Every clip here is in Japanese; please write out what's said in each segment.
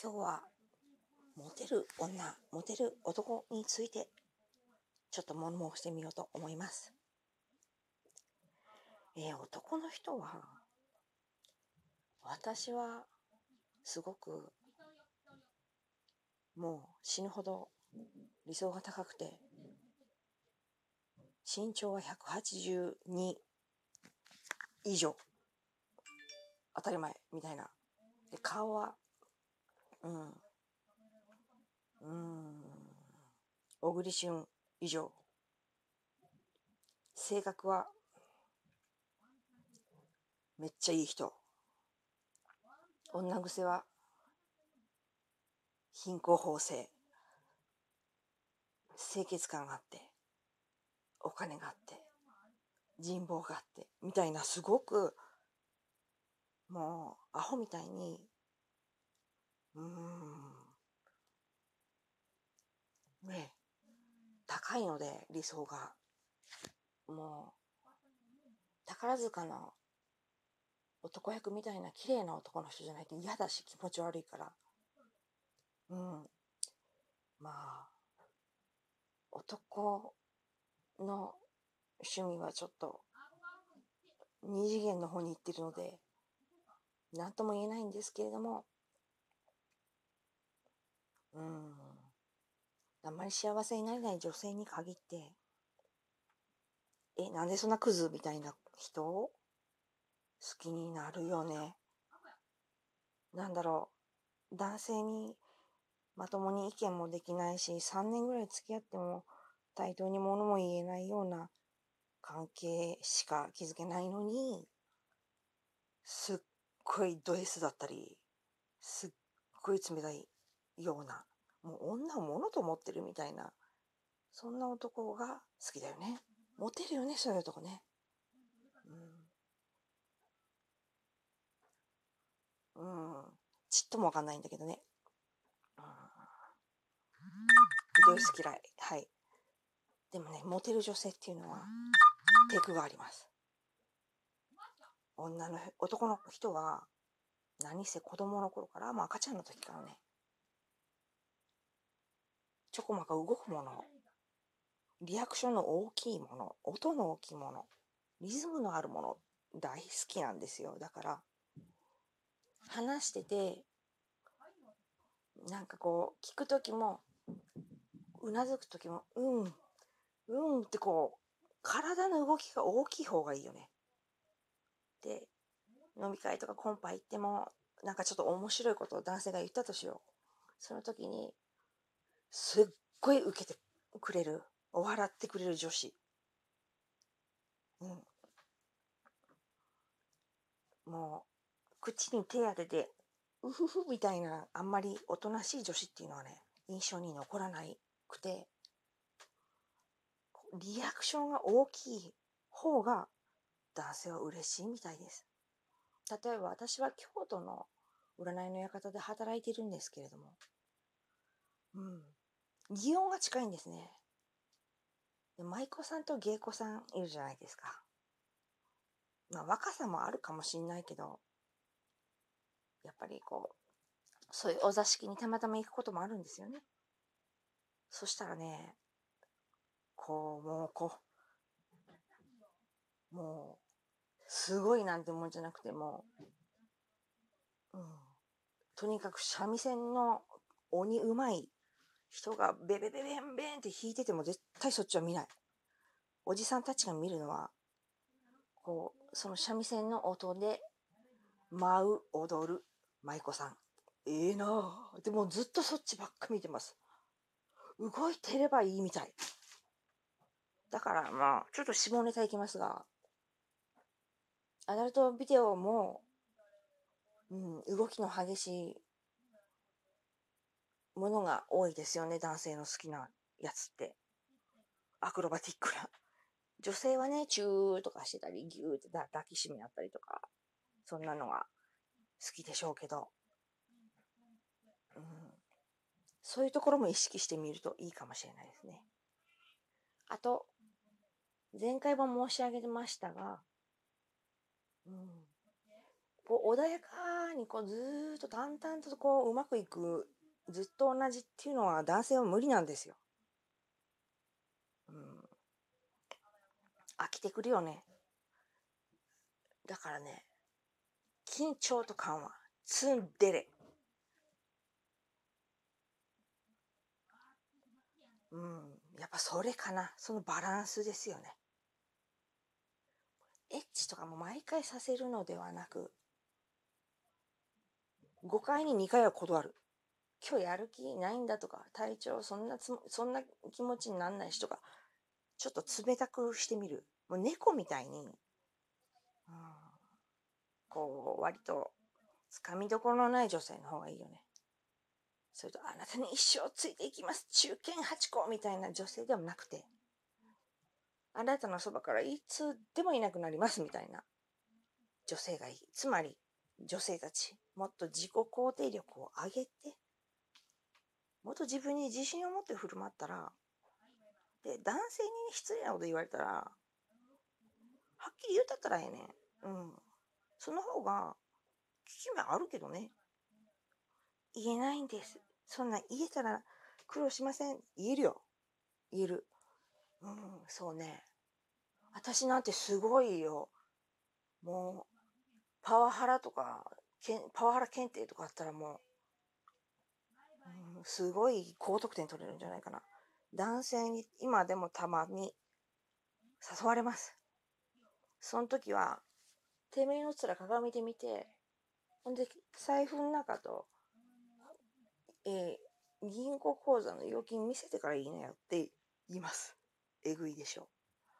今日はモテる女、モテる男についてちょっと物申してみようと思います。男の人は、私はすごくもう死ぬほど理想が高くて、身長は182以上、当たり前みたいな。で、顔は、小栗旬以上。性格はめっちゃいい人。女癖は貧困法制。清潔感があって、お金があって、人望があって、みたいなすごく、もう、アホみたいに、ね、高いので、理想が。もう、宝塚の男役みたいな綺麗な男の人じゃないと嫌だし、気持ち悪いから。まあ、男の趣味はちょっと、二次元の方に行ってるので、なんとも言えないんですけれども、あんまり幸せになれない女性に限って、なんでそんなクズみたいな人を好きになるよね。なんだろう、男性にまともに意見もできないし、3年ぐらい付き合っても対等に物も言えないような関係しか築けないのに、すっごいド S だったり、すっごい冷たいような、もう女を物と思ってるみたいな、そんな男が好きだよね。モテるよね、そういう男ね。ちっともわかんないんだけどね。ド S 嫌い。はい。でもね、モテる女性っていうのは、テクがあります。男の人は、何せ子供の頃から、赤ちゃんの時からね、ちょこまか動くもの、リアクションの大きいもの、音の大きいもの、リズムのあるもの、大好きなんですよ。だから、話してて、なんかこう、聞く時も、うなずく時も、ってこう、体の動きが大きい方がいいよね。で、飲み会とかコンパ行っても、なんかちょっと面白いことを男性が言ったとしよう。その時に、すっごい受けてくれる、笑ってくれる女子。もう、口に手当てて、うふふみたいな、あんまりおとなしい女子っていうのはね、印象に残らなくて、リアクションが大きい方が男性は嬉しいみたいです。例えば私は京都の占いの館で働いているんですけれども、擬音が近いんですね。で舞妓さんと芸妓さんいるじゃないですか。若さもあるかもしんないけど、やっぱりこう、そういうお座敷にたまたま行くこともあるんですよね。そしたらね、もう、すごいなんてもんじゃなくても、とにかく三味線の鬼うまい人がベベベベンベンって弾いてても絶対そっちは見ない。おじさんたちが見るのは、その三味線の音で舞う、踊る舞妓さん。ええなぁ。でもずっとそっちばっか見てます。動いてればいいみたい。だからちょっと下ネタいきますが、アダルトビデオも、動きの激しいものが多いですよね、男性の好きなやつって。アクロバティックな。女性はね、チューとかしてたり、ギューって抱きしめ合ったりとか、そんなのが好きでしょうけど、そういうところも意識してみるといいかもしれないですね。あと、前回も申し上げましたが、 こう穏やかにこうずーっと淡々とこううまくいく、ずっと同じっていうのは男性は無理なんですよ。うん。飽きてくるよね。だからね、緊張と緩和、ツンデレ。うん。やっぱそれかな。そのバランスですよね。エッチとかも毎回させるのではなく、5回に2回は断る。今日やる気ないんだとか、体調そんな気持ちになんないしとか、ちょっと冷たくしてみる。もう猫みたいに、うん、こう、割と、つかみどころのない女性の方がいいよね。それと、あなたに一生ついていきます。中堅八個みたいな女性ではなくて、あなたのそばからいつでもいなくなりますみたいな女性がいい。つまり、女性たち、もっと自己肯定力を上げて、もっと自分に自信を持って振る舞ったら、で、男性に失礼なこと言われたら、はっきり言うたったらええねん。うん。その方が、効き目あるけどね。言えないんです。そんな言えたら苦労しません。言えるよ。言える。うん、そうね。私なんてすごいよ。もう、パワハラとか、パワハラ検定とかあったらもう、すごい高得点取れるんじゃないかな。男性に今でもたまに誘われます。その時は、てめえの面鏡で見て、ほんで、財布の中と、銀行口座の預金見せてからいいなよって言います。えぐいでしょ。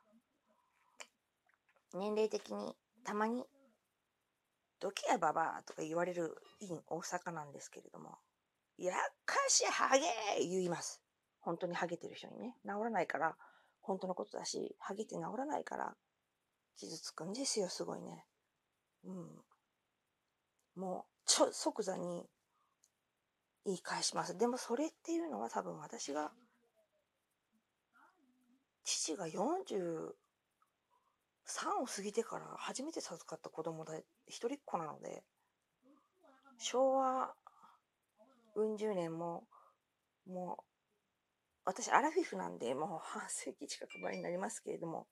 年齢的にたまに、どけやババアとか言われる大阪なんですけれども、やっかしハゲー言います。本当にハゲてる人にね。治らないから、本当のことだし、ハゲて治らないから、傷つくんですよ、すごいね。うん。もう、即座に言い返します。でもそれっていうのは多分私が、父が43を過ぎてから初めて授かった子供で一人っ子なので、昭和うん十年も、もう、私アラフィフなんで、もう半世紀近く前になりますけれども、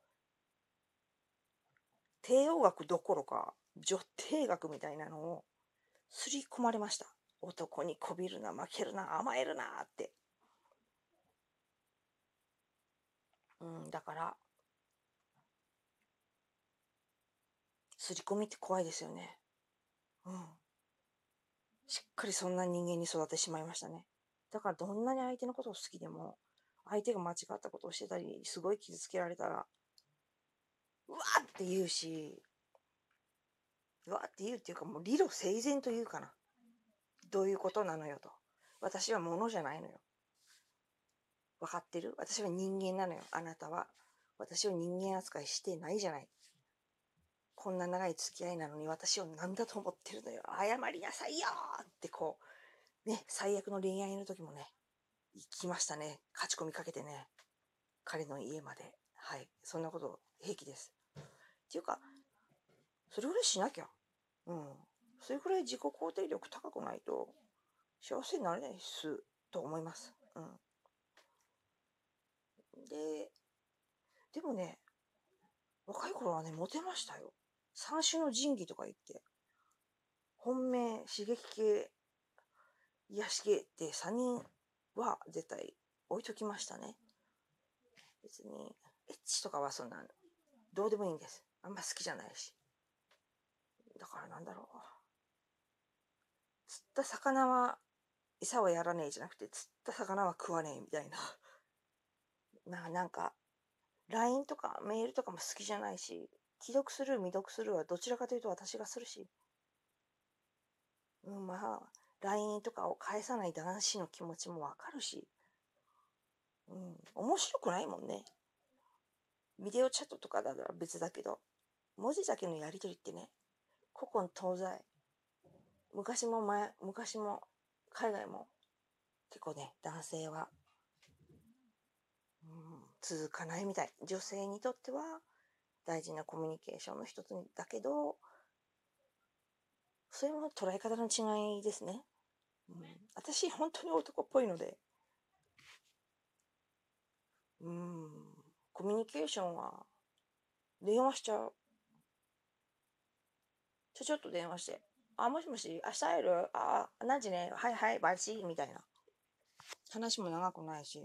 帝王学どころか、女帝学みたいなのを刷り込まれました。男にこびるな、負けるな、甘えるなって。うん、だから、刷り込みって怖いですよね。うん。しっかりそんな人間に育ってしまいましたね。だからどんなに相手のことを好きでも、相手が間違ったことをしてたり、すごい傷つけられたら、うわーって言うし、うわーって言うっていうか、もう理路整然と言うかな。どういうことなのよと。私は物じゃないのよ。わかってる？私は人間なのよ。あなたは。私を人間扱いしてないじゃない。こんな長い付き合いなのに私を何だと思ってるのよ。謝りなさいよってこう、ね、最悪の恋愛の時もね、行きましたね。勝ち込みかけてね。彼の家まで。はい。そんなこと平気です。っていうか、それぐらいしなきゃ。うん。それぐらい自己肯定力高くないと幸せになれないっす。と思います。うん。で、でもね、若い頃はね、モテましたよ。三種の神器とか言って、本命、刺激系、癒し系って3人は絶対置いときましたね。別に、エッチとかはそんな、どうでもいいんです。あんま好きじゃないし。だからなんだろう。釣った魚は餌はやらねえじゃなくて、釣った魚は食わねえみたいな。なんか、LINE とかメールとかも好きじゃないし、既読する、未読するはどちらかというと私がするし、うん、LINE とかを返さない男子の気持ちもわかるし、うん、面白くないもんね。ビデオチャットとかだったら別だけど、文字だけのやりとりってね、古今東西、昔も、海外も、結構ね、男性は、うん、続かないみたい。女性にとっては大事なコミュニケーションの一つだけど、 それも捉え方の違いですね。うん、私、本当に男っぽいので、コミュニケーションは、電話しちゃう。ちょっと電話して。あ、もしもし、明日会える？あ、何時ね。はいはい、バチみたいな。話も長くないし。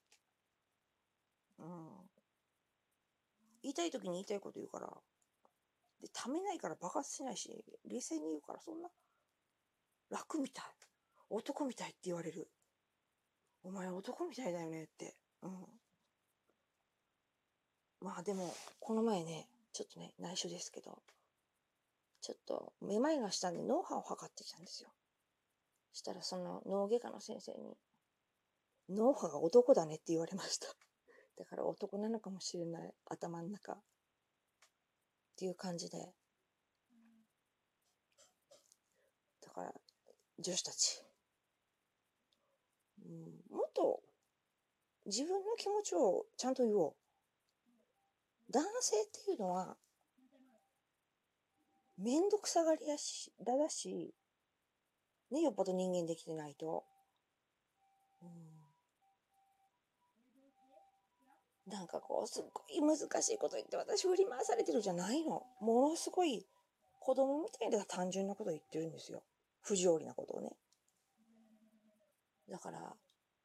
うん。言いたい時に言いたいこと言うから。で、ためないから爆発しないし、冷静に言うから、そんな、楽みたい。男みたいって言われる。お前男みたいだよねって。うん。まあでも、この前ね、ちょっとね、内緒ですけど、ちょっと、めまいがしたんで脳波を測ってきたんですよ。したら、その脳外科の先生に、脳波が男だねって言われました。だから男なのかもしれない。頭の中。っていう感じで。だから、女子たち。もっと、自分の気持ちをちゃんと言おう。男性っていうのは、めんどくさがりだし、ね、よっぽど人間できてないと。なんかこう、すっごい難しいこと言って私振り回されてるじゃないの。ものすごい子供みたいな単純なこと言ってるんですよ。不条理なことをね。だから、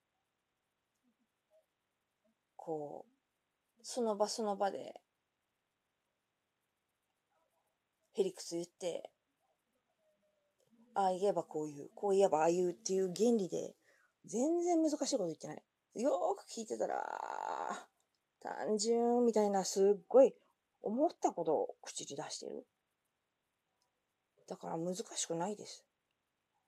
こう、その場その場で、へりくつ言って、ああ言えばこう言う、こう言えばああ言うっていう原理で、全然難しいこと言ってない。よーく聞いてたら、単純みたいなすっごい思ったことを口に出してる。だから難しくないです。